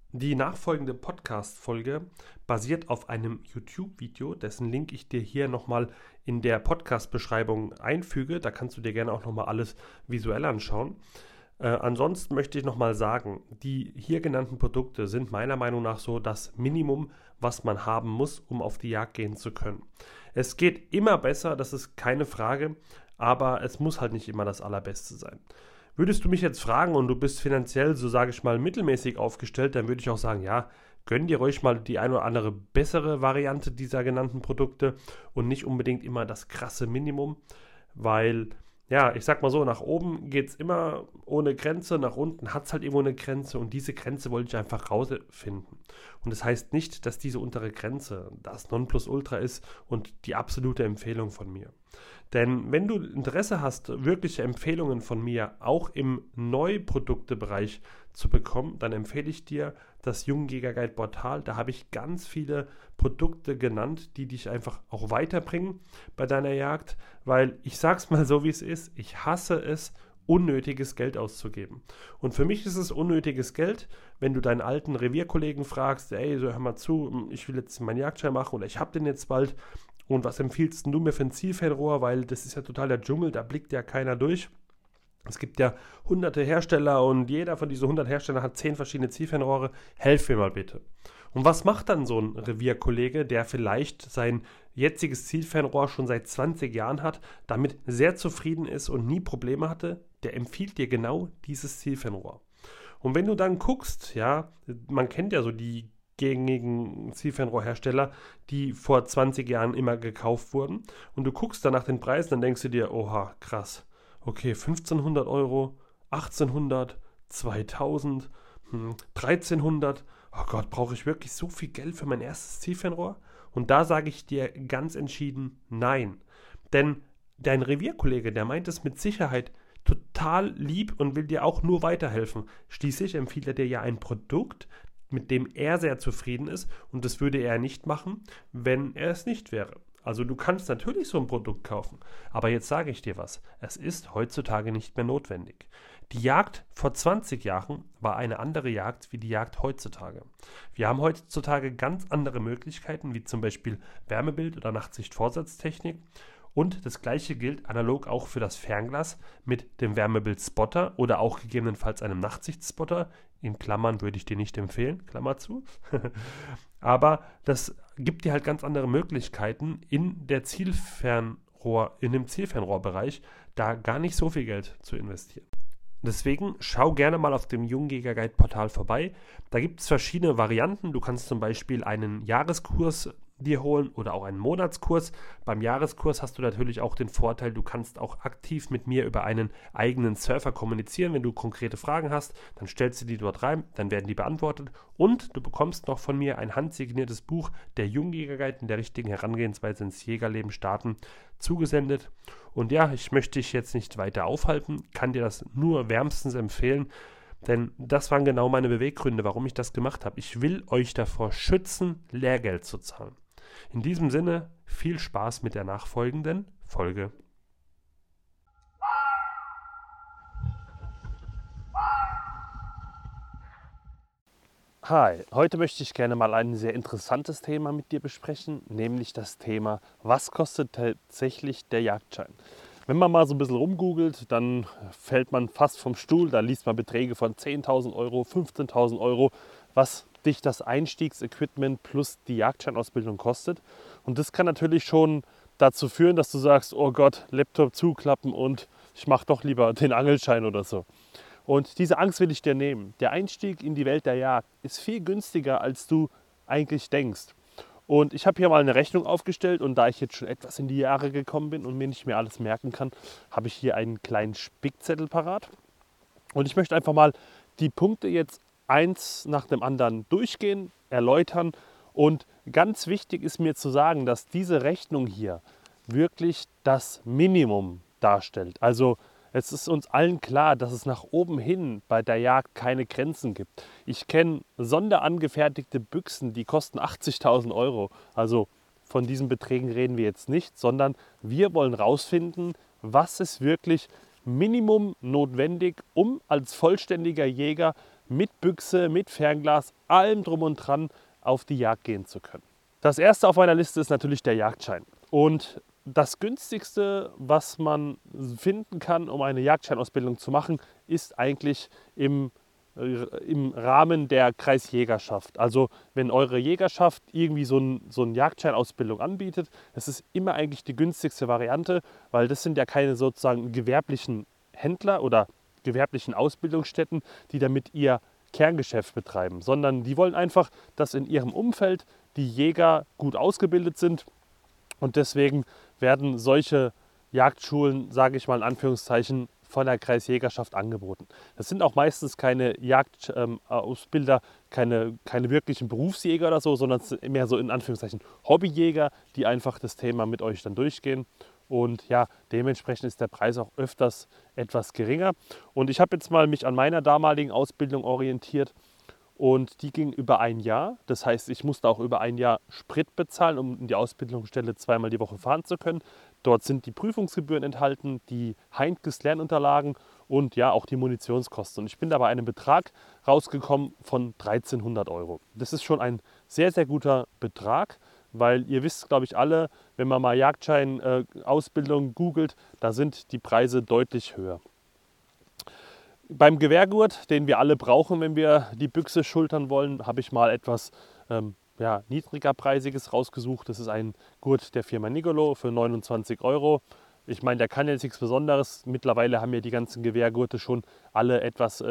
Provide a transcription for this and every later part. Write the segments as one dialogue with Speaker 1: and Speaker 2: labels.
Speaker 1: Die nachfolgende Podcast-Folge basiert auf einem YouTube-Video, dessen Link ich dir hier nochmal in der Podcast-Beschreibung einfüge. Da kannst du dir gerne auch nochmal alles visuell anschauen. Ansonsten möchte ich nochmal sagen, die hier genannten Produkte sind meiner Meinung nach so das Minimum, was man haben muss, um auf die Jagd gehen zu können. Es geht immer besser, das ist keine Frage, aber es muss halt nicht immer das Allerbeste sein. Würdest du mich jetzt fragen und du bist finanziell, so sage ich mal, mittelmäßig aufgestellt, dann würde ich auch sagen, ja, gönn dir ruhig mal die ein oder andere bessere Variante dieser genannten Produkte und nicht unbedingt immer das krasse Minimum, weil, ja, ich sag mal so, nach oben geht es immer ohne Grenze, nach unten hat es halt irgendwo eine Grenze und diese Grenze wollte ich einfach rausfinden. Und das heißt nicht, dass diese untere Grenze das Nonplusultra ist und die absolute Empfehlung von mir. Denn wenn du Interesse hast, wirkliche Empfehlungen von mir auch im Neuproduktebereich zu bekommen, dann empfehle ich dir das Jungjäger-Guide Portal. Da habe ich ganz viele Produkte genannt, die dich einfach auch weiterbringen bei deiner Jagd, weil ich sag's mal so, wie es ist, ich hasse es, unnötiges Geld auszugeben. Und für mich ist es unnötiges Geld, wenn du deinen alten Revierkollegen fragst, ey, so hör mal zu, ich will jetzt meinen Jagdschein machen oder ich habe den jetzt bald. Und was empfiehlst du mir für ein Zielfernrohr? Weil das ist ja total der Dschungel, da blickt ja keiner durch. Es gibt ja hunderte Hersteller und jeder von diesen 100 Herstellern hat 10 verschiedene Zielfernrohre. Helf mir mal bitte. Und was macht dann so ein Revierkollege, der vielleicht sein jetziges Zielfernrohr schon seit 20 Jahren hat, damit sehr zufrieden ist und nie Probleme hatte? Der empfiehlt dir genau dieses Zielfernrohr. Und wenn du dann guckst, ja, man kennt ja so die gängigen Zielfernrohrhersteller, die vor 20 Jahren immer gekauft wurden. Und du guckst dann nach den Preisen, dann denkst du dir, oha, krass. Okay, 1500 Euro, 1800, 2000, 1300. Oh Gott, brauche ich wirklich so viel Geld für mein erstes Zielfernrohr? Und da sage ich dir ganz entschieden nein. Denn dein Revierkollege, der meint es mit Sicherheit total lieb und will dir auch nur weiterhelfen. Schließlich empfiehlt er dir ja ein Produkt, mit dem er sehr zufrieden ist und das würde er nicht machen, wenn er es nicht wäre. Also du kannst natürlich so ein Produkt kaufen, aber jetzt sage ich dir was, es ist heutzutage nicht mehr notwendig. Die Jagd vor 20 Jahren war eine andere Jagd wie die Jagd heutzutage. Wir haben heutzutage ganz andere Möglichkeiten, wie zum Beispiel Wärmebild oder Nachtsichtvorsatztechnik. Und das gleiche gilt analog auch für das Fernglas mit dem Wärmebild-Spotter oder auch gegebenenfalls einem Nachtsichtspotter. In Klammern würde ich dir nicht empfehlen, Klammer zu. Aber das gibt dir halt ganz andere Möglichkeiten in dem Zielfernrohrbereich, da gar nicht so viel Geld zu investieren. Deswegen schau gerne mal auf dem Jungjäger-Guide-Portal vorbei. Da gibt es verschiedene Varianten. Du kannst zum Beispiel einen Jahreskurs dir holen oder auch einen Monatskurs. Beim Jahreskurs hast du natürlich auch den Vorteil, du kannst auch aktiv mit mir über einen eigenen Surfer kommunizieren. Wenn du konkrete Fragen hast, dann stellst du die dort rein, dann werden die beantwortet und du bekommst noch von mir ein handsigniertes Buch, der Jungjäger-Guide in der richtigen Herangehensweise ins Jägerleben starten, zugesendet. Und ja, ich möchte dich jetzt nicht weiter aufhalten, kann dir das nur wärmstens empfehlen, denn das waren genau meine Beweggründe, warum ich das gemacht habe. Ich will euch davor schützen, Lehrgeld zu zahlen. In diesem Sinne, viel Spaß mit der nachfolgenden Folge. Hi, heute möchte ich gerne mal ein sehr interessantes Thema mit dir besprechen, nämlich das Thema, was kostet tatsächlich der Jagdschein? Wenn man mal so ein bisschen rumgoogelt, dann fällt man fast vom Stuhl, da liest man Beträge von 10.000 Euro, 15.000 Euro, was dich das Einstiegsequipment plus die Jagdscheinausbildung kostet. Und das kann natürlich schon dazu führen, dass du sagst, oh Gott, Laptop zuklappen und ich mache doch lieber den Angelschein oder so. Und diese Angst will ich dir nehmen. Der Einstieg in die Welt der Jagd ist viel günstiger, als du eigentlich denkst. Und ich habe hier mal eine Rechnung aufgestellt und da ich jetzt schon etwas in die Jahre gekommen bin und mir nicht mehr alles merken kann, habe ich hier einen kleinen Spickzettel parat. Und ich möchte einfach mal die Punkte jetzt eins nach dem anderen durchgehen, erläutern. Und ganz wichtig ist mir zu sagen, dass diese Rechnung hier wirklich das Minimum darstellt. Also es ist uns allen klar, dass es nach oben hin bei der Jagd keine Grenzen gibt. Ich kenne sonderangefertigte Büchsen, die kosten 80.000 Euro. Also von diesen Beträgen reden wir jetzt nicht, sondern wir wollen herausfinden, was ist wirklich Minimum notwendig, um als vollständiger Jäger mit Büchse, mit Fernglas, allem drum und dran auf die Jagd gehen zu können. Das erste auf meiner Liste ist natürlich der Jagdschein. Und das günstigste, was man finden kann, um eine Jagdscheinausbildung zu machen, ist eigentlich im Rahmen der Kreisjägerschaft. Also wenn eure Jägerschaft irgendwie so eine Jagdscheinausbildung anbietet, das ist immer eigentlich die günstigste Variante, weil das sind ja keine sozusagen gewerblichen Händler oder gewerblichen Ausbildungsstätten, die damit ihr Kerngeschäft betreiben, sondern die wollen einfach, dass in ihrem Umfeld die Jäger gut ausgebildet sind und deswegen werden solche Jagdschulen, sage ich mal in Anführungszeichen, von der Kreisjägerschaft angeboten. Das sind auch meistens keine Jagdausbilder, keine wirklichen Berufsjäger oder so, sondern mehr so in Anführungszeichen Hobbyjäger, die einfach das Thema mit euch dann durchgehen. Und ja, dementsprechend ist der Preis auch öfters etwas geringer. Und ich habe jetzt mal mich an meiner damaligen Ausbildung orientiert und die ging über ein Jahr. Das heißt, ich musste auch über ein Jahr Sprit bezahlen, um in die Ausbildungsstelle zweimal die Woche fahren zu können. Dort sind die Prüfungsgebühren enthalten, die Heinkes Lernunterlagen und ja auch die Munitionskosten. Und ich bin da bei einem Betrag rausgekommen von 1300 Euro. Das ist schon ein sehr, sehr guter Betrag, weil ihr wisst, glaube ich, alle, wenn man mal Jagdschein-Ausbildung googelt, da sind die Preise deutlich höher. Beim Gewehrgurt, den wir alle brauchen, wenn wir die Büchse schultern wollen, habe ich mal etwas niedrigerpreisiges rausgesucht. Das ist ein Gurt der Firma Nigolo für 29 Euro. Ich meine, der kann jetzt nichts Besonderes. Mittlerweile haben ja die ganzen Gewehrgurte schon alle etwas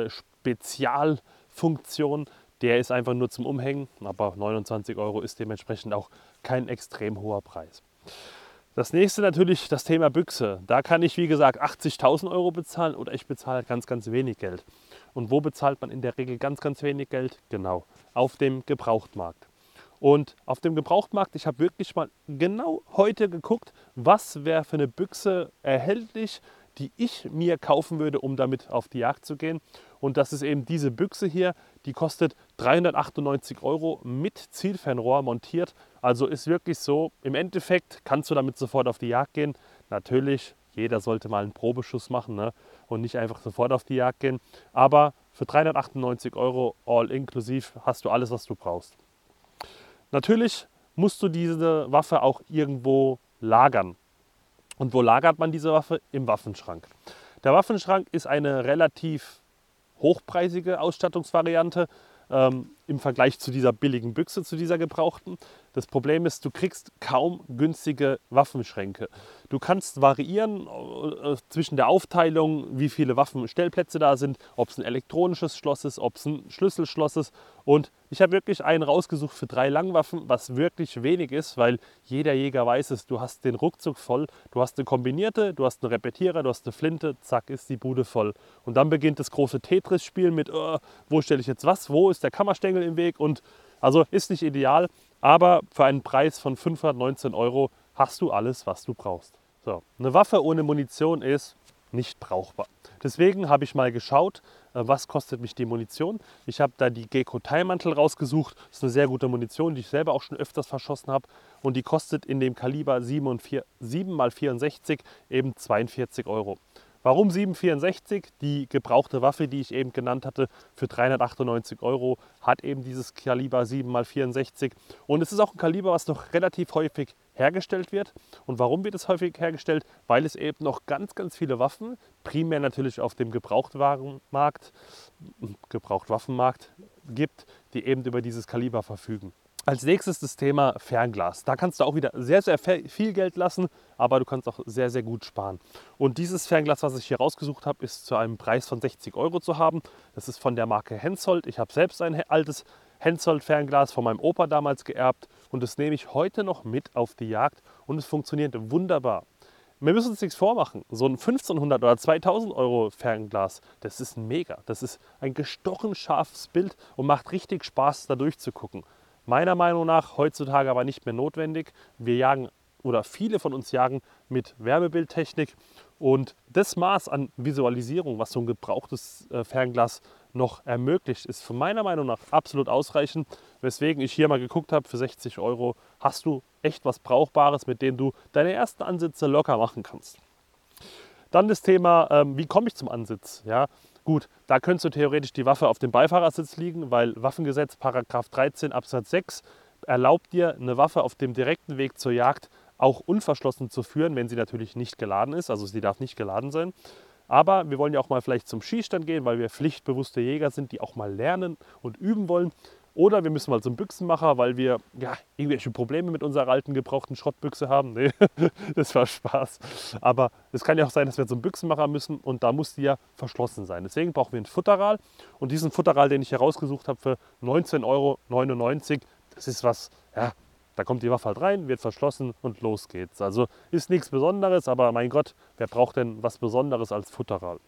Speaker 1: Spezialfunktion. Der ist einfach nur zum Umhängen, aber 29 Euro ist dementsprechend auch kein extrem hoher Preis. Das nächste natürlich das Thema Büchse. Da kann ich wie gesagt 80.000 Euro bezahlen oder ich bezahle ganz, ganz wenig Geld. Und wo bezahlt man in der Regel ganz, ganz wenig Geld? Genau, auf dem Gebrauchtmarkt. Und auf dem Gebrauchtmarkt, ich habe wirklich mal genau heute geguckt, was wäre für eine Büchse erhältlich, die ich mir kaufen würde, um damit auf die Jagd zu gehen. Und das ist eben diese Büchse hier, die kostet 398 Euro mit Zielfernrohr montiert. Also ist wirklich so, im Endeffekt kannst du damit sofort auf die Jagd gehen. Natürlich, jeder sollte mal einen Probeschuss machen, ne? Und nicht einfach sofort auf die Jagd gehen. Aber für 398 Euro all inklusiv hast du alles, was du brauchst. Natürlich musst du diese Waffe auch irgendwo lagern. Und wo lagert man diese Waffe? Im Waffenschrank. Der Waffenschrank ist eine relativ hochpreisige Ausstattungsvariante im Vergleich zu dieser billigen Büchse, zu dieser gebrauchten. Das Problem ist, du kriegst kaum günstige Waffenschränke. Du kannst variieren zwischen der Aufteilung, wie viele Waffenstellplätze da sind, ob es ein elektronisches Schloss ist, ob es ein Schlüsselschloss ist. Und ich habe wirklich einen rausgesucht für 3 Langwaffen, was wirklich wenig ist, weil jeder Jäger weiß es, du hast den ruckzuck voll. Du hast eine kombinierte, du hast einen Repetierer, du hast eine Flinte, zack ist die Bude voll. Und dann beginnt das große Tetris-Spiel mit, wo stelle ich jetzt was, wo ist der Kammerstängel im Weg und also ist nicht ideal, aber für einen Preis von 519 Euro hast du alles, was du brauchst. So, eine Waffe ohne Munition ist nicht brauchbar. Deswegen habe ich mal geschaut, was kostet mich die Munition. Ich habe da die Gecko Teilmantel rausgesucht. Das ist eine sehr gute Munition, die ich selber auch schon öfters verschossen habe. Und die kostet in dem Kaliber 7x64 eben 42 Euro. Warum 7,64? Die gebrauchte Waffe, die ich eben genannt hatte, für 398 Euro, hat eben dieses Kaliber 7x64. Und es ist auch ein Kaliber, was noch relativ häufig hergestellt wird. Und warum wird es häufig hergestellt? Weil es eben noch ganz, ganz viele Waffen, primär natürlich auf dem Gebrauchtwaffenmarkt gibt, die eben über dieses Kaliber verfügen. Als nächstes das Thema Fernglas. Da kannst du auch wieder sehr, sehr viel Geld lassen, aber du kannst auch sehr, sehr gut sparen. Und dieses Fernglas, was ich hier rausgesucht habe, ist zu einem Preis von 60 Euro zu haben. Das ist von der Marke Hensoldt. Ich habe selbst ein altes Hensoldt-Fernglas von meinem Opa damals geerbt und das nehme ich heute noch mit auf die Jagd und es funktioniert wunderbar. Wir müssen uns nichts vormachen. So ein 1500 oder 2000 Euro Fernglas, das ist mega. Das ist ein gestochen scharfes Bild und macht richtig Spaß, da durchzugucken. Meiner Meinung nach heutzutage aber nicht mehr notwendig. Wir jagen oder viele von uns jagen mit Wärmebildtechnik und das Maß an Visualisierung, was so ein gebrauchtes Fernglas noch ermöglicht, ist von meiner Meinung nach absolut ausreichend. Weswegen ich hier mal geguckt habe, für 60 Euro hast du echt was Brauchbares, mit dem du deine ersten Ansätze locker machen kannst. Dann das Thema, wie komme ich zum Ansitz? Ja, Gut, da könntest du theoretisch die Waffe auf dem Beifahrersitz liegen, weil Waffengesetz Paragraph 13 Absatz 6 erlaubt dir, eine Waffe auf dem direkten Weg zur Jagd auch unverschlossen zu führen, wenn sie natürlich nicht geladen ist. Also sie darf nicht geladen sein. Aber wir wollen ja auch mal vielleicht zum Schießstand gehen, weil wir pflichtbewusste Jäger sind, die auch mal lernen und üben wollen. Oder wir müssen mal zum Büchsenmacher, weil wir ja, irgendwelche Probleme mit unserer alten gebrauchten Schrottbüchse haben. Nee, das war Spaß. Aber es kann ja auch sein, dass wir zum Büchsenmacher müssen und da muss die ja verschlossen sein. Deswegen brauchen wir ein Futteral. Und diesen Futteral, den ich hier rausgesucht habe für 19,99 €, das ist was, ja, da kommt die Waffe halt rein, wird verschlossen und los geht's. Also ist nichts Besonderes, aber mein Gott, wer braucht denn was Besonderes als Futteral?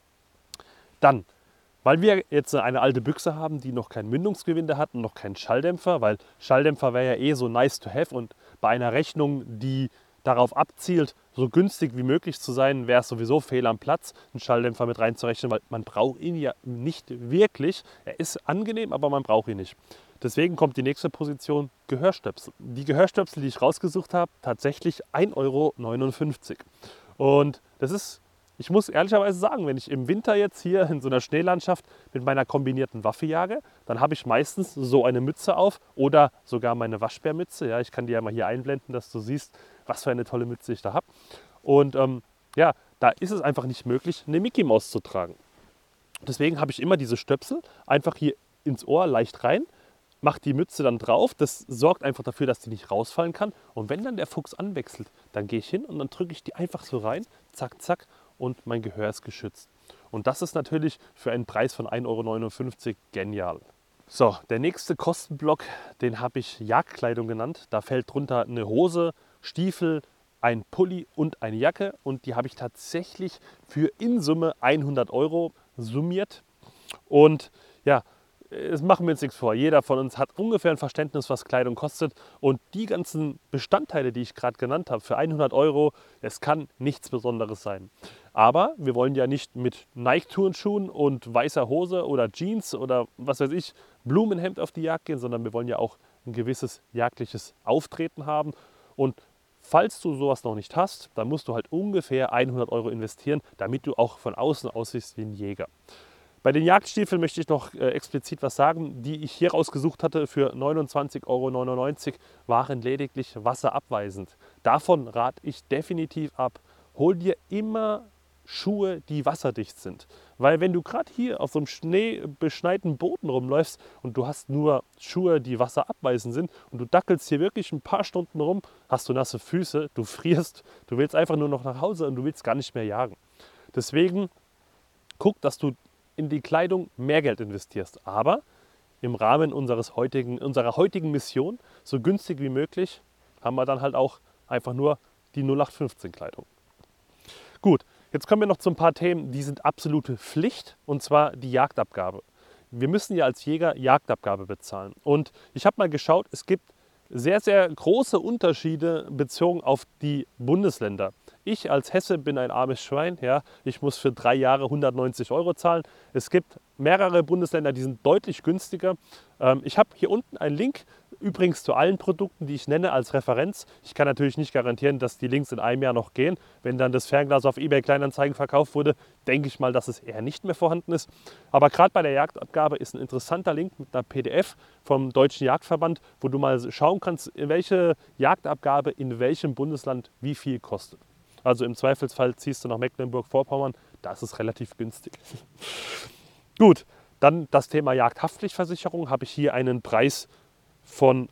Speaker 1: Dann, weil wir jetzt eine alte Büchse haben, die noch kein Mündungsgewinde hat und noch keinen Schalldämpfer, weil Schalldämpfer wäre ja eh so nice to have und bei einer Rechnung, die darauf abzielt, so günstig wie möglich zu sein, wäre es sowieso fehl am Platz, einen Schalldämpfer mit reinzurechnen, weil man braucht ihn ja nicht wirklich. Er ist angenehm, aber man braucht ihn nicht. Deswegen kommt die nächste Position, Gehörstöpsel. Die Gehörstöpsel, die ich rausgesucht habe, tatsächlich 1,59 €. Und das ist, ich muss ehrlicherweise sagen, wenn ich im Winter jetzt hier in so einer Schneelandschaft mit meiner kombinierten Waffe jage, dann habe ich meistens so eine Mütze auf oder sogar meine Waschbärmütze. Ja, ich kann die ja mal hier einblenden, dass du siehst, was für eine tolle Mütze ich da habe. Und ja, da ist es einfach nicht möglich, eine Mickey Maus zu tragen. Deswegen habe ich immer diese Stöpsel einfach hier ins Ohr leicht rein, mache die Mütze dann drauf. Das sorgt einfach dafür, dass die nicht rausfallen kann. Und wenn dann der Fuchs anwechselt, dann gehe ich hin und dann drücke ich die einfach so rein, zack, zack, und mein Gehör ist geschützt. Und das ist natürlich für einen Preis von 1,59 € genial. So, der nächste Kostenblock, den habe ich Jagdkleidung genannt. Da fällt drunter eine Hose, Stiefel, ein Pulli und eine Jacke. Und die habe ich tatsächlich für in Summe 100 € summiert. Und ja, es machen wir uns nichts vor. Jeder von uns hat ungefähr ein Verständnis, was Kleidung kostet. Und die ganzen Bestandteile, die ich gerade genannt habe, für 100 €, es kann nichts Besonderes sein. Aber wir wollen ja nicht mit Nike-Turnschuhen und weißer Hose oder Jeans oder was weiß ich, Blumenhemd auf die Jagd gehen, sondern wir wollen ja auch ein gewisses jagdliches Auftreten haben. Und falls du sowas noch nicht hast, dann musst du halt ungefähr 100 € investieren, damit du auch von außen aussiehst wie ein Jäger. Bei den Jagdstiefeln möchte ich noch explizit was sagen. Die ich hier rausgesucht hatte für 29,99 € waren lediglich wasserabweisend. Davon rate ich definitiv ab. Hol dir immer Schuhe, die wasserdicht sind. Weil wenn du gerade hier auf so einem schneebeschneiten Boden rumläufst und du hast nur Schuhe, die wasserabweisend sind und du dackelst hier wirklich ein paar Stunden rum, hast du nasse Füße, du frierst, du willst einfach nur noch nach Hause und du willst gar nicht mehr jagen. Deswegen guck, dass du in die Kleidung mehr Geld investierst, aber im Rahmen unserer heutigen Mission, so günstig wie möglich, haben wir dann halt auch einfach nur die 0815 Kleidung. Gut, jetzt kommen wir noch zu ein paar Themen, die sind absolute Pflicht, und zwar die Jagdabgabe. Wir müssen ja als Jäger Jagdabgabe bezahlen. Und ich habe mal geschaut, es gibt sehr, sehr große Unterschiede bezogen auf die Bundesländer. Ich als Hesse bin ein armes Schwein. Ja, ich muss für 3 Jahre 190 € zahlen. Es gibt mehrere Bundesländer, die sind deutlich günstiger. Ich habe hier unten einen Link, übrigens zu allen Produkten, die ich nenne, als Referenz. Ich kann natürlich nicht garantieren, dass die Links in einem Jahr noch gehen. Wenn dann das Fernglas auf eBay Kleinanzeigen verkauft wurde, denke ich mal, dass es eher nicht mehr vorhanden ist. Aber gerade bei der Jagdabgabe ist ein interessanter Link mit einer PDF vom Deutschen Jagdverband, wo du mal schauen kannst, welche Jagdabgabe in welchem Bundesland wie viel kostet. Also im Zweifelsfall ziehst du nach Mecklenburg-Vorpommern, da ist es relativ günstig. Gut, dann das Thema Jagdhaftpflichtversicherung. Habe ich hier einen Preis von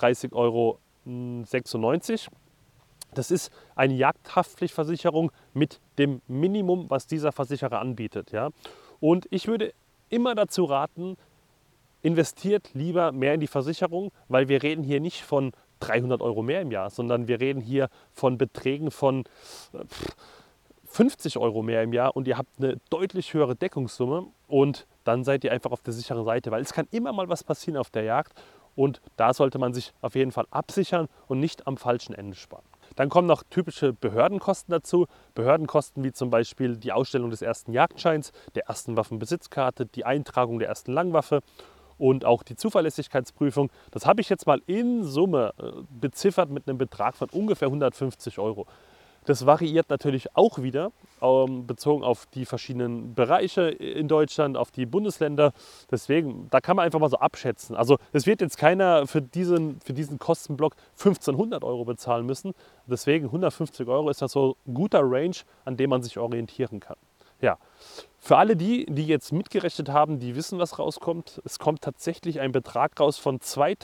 Speaker 1: 31,96 €. Das ist eine Jagdhaftpflichtversicherung mit dem Minimum, was dieser Versicherer anbietet. Ja? Und ich würde immer dazu raten, investiert lieber mehr in die Versicherung, weil wir reden hier nicht von 300 € mehr im Jahr, sondern wir reden hier von Beträgen von 50 € mehr im Jahr und ihr habt eine deutlich höhere Deckungssumme und dann seid ihr einfach auf der sicheren Seite, weil es kann immer mal was passieren auf der Jagd und da sollte man sich auf jeden Fall absichern und nicht am falschen Ende sparen. Dann kommen noch typische Behördenkosten dazu. Behördenkosten wie zum Beispiel die Ausstellung des ersten Jagdscheins, der ersten Waffenbesitzkarte, die Eintragung der ersten Langwaffe und auch die Zuverlässigkeitsprüfung. Das habe ich jetzt mal in Summe beziffert mit einem Betrag von ungefähr 150 €. Das variiert natürlich auch wieder, bezogen auf die verschiedenen Bereiche in Deutschland, auf die Bundesländer. Deswegen, da kann man einfach mal so abschätzen. Also es wird jetzt keiner für diesen Kostenblock 1500 Euro bezahlen müssen. Deswegen 150 Euro ist das so ein guter Range, an dem man sich orientieren kann. Ja, für alle die jetzt mitgerechnet haben, die wissen, was rauskommt. Es kommt tatsächlich ein Betrag raus von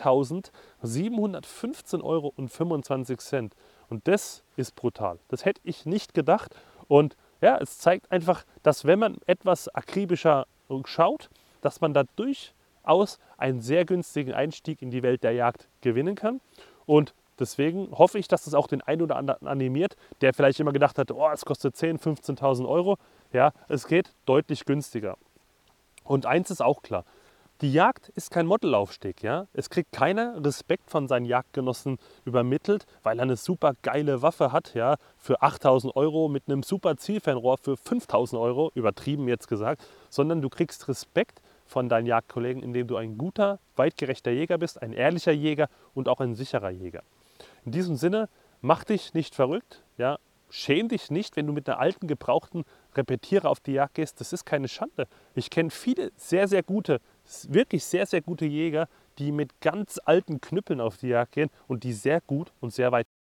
Speaker 1: 2.715,25 Euro. Und das ist brutal. Das hätte ich nicht gedacht. Und ja, es zeigt einfach, dass wenn man etwas akribischer schaut, dass man da durchaus einen sehr günstigen Einstieg in die Welt der Jagd gewinnen kann. Und deswegen hoffe ich, dass das auch den einen oder anderen animiert, der vielleicht immer gedacht hat, oh, es kostet 10.000, 15.000 Euro. Ja, es geht deutlich günstiger. Und eins ist auch klar, die Jagd ist kein Modellaufstieg. Ja? Es kriegt keiner Respekt von seinen Jagdgenossen übermittelt, weil er eine super geile Waffe hat, ja? Für 8.000 Euro mit einem super Zielfernrohr für 5.000 Euro, übertrieben jetzt gesagt, sondern du kriegst Respekt von deinen Jagdkollegen, indem du ein guter, weitgerechter Jäger bist, ein ehrlicher Jäger und auch ein sicherer Jäger. In diesem Sinne, mach dich nicht verrückt, ja? Schäm dich nicht, wenn du mit einer alten, gebrauchten Repetierer auf die Jagd gehst. Das ist keine Schande. Ich kenne viele sehr, sehr gute, wirklich sehr, sehr gute Jäger, die mit ganz alten Knüppeln auf die Jagd gehen und die sehr gut und sehr weit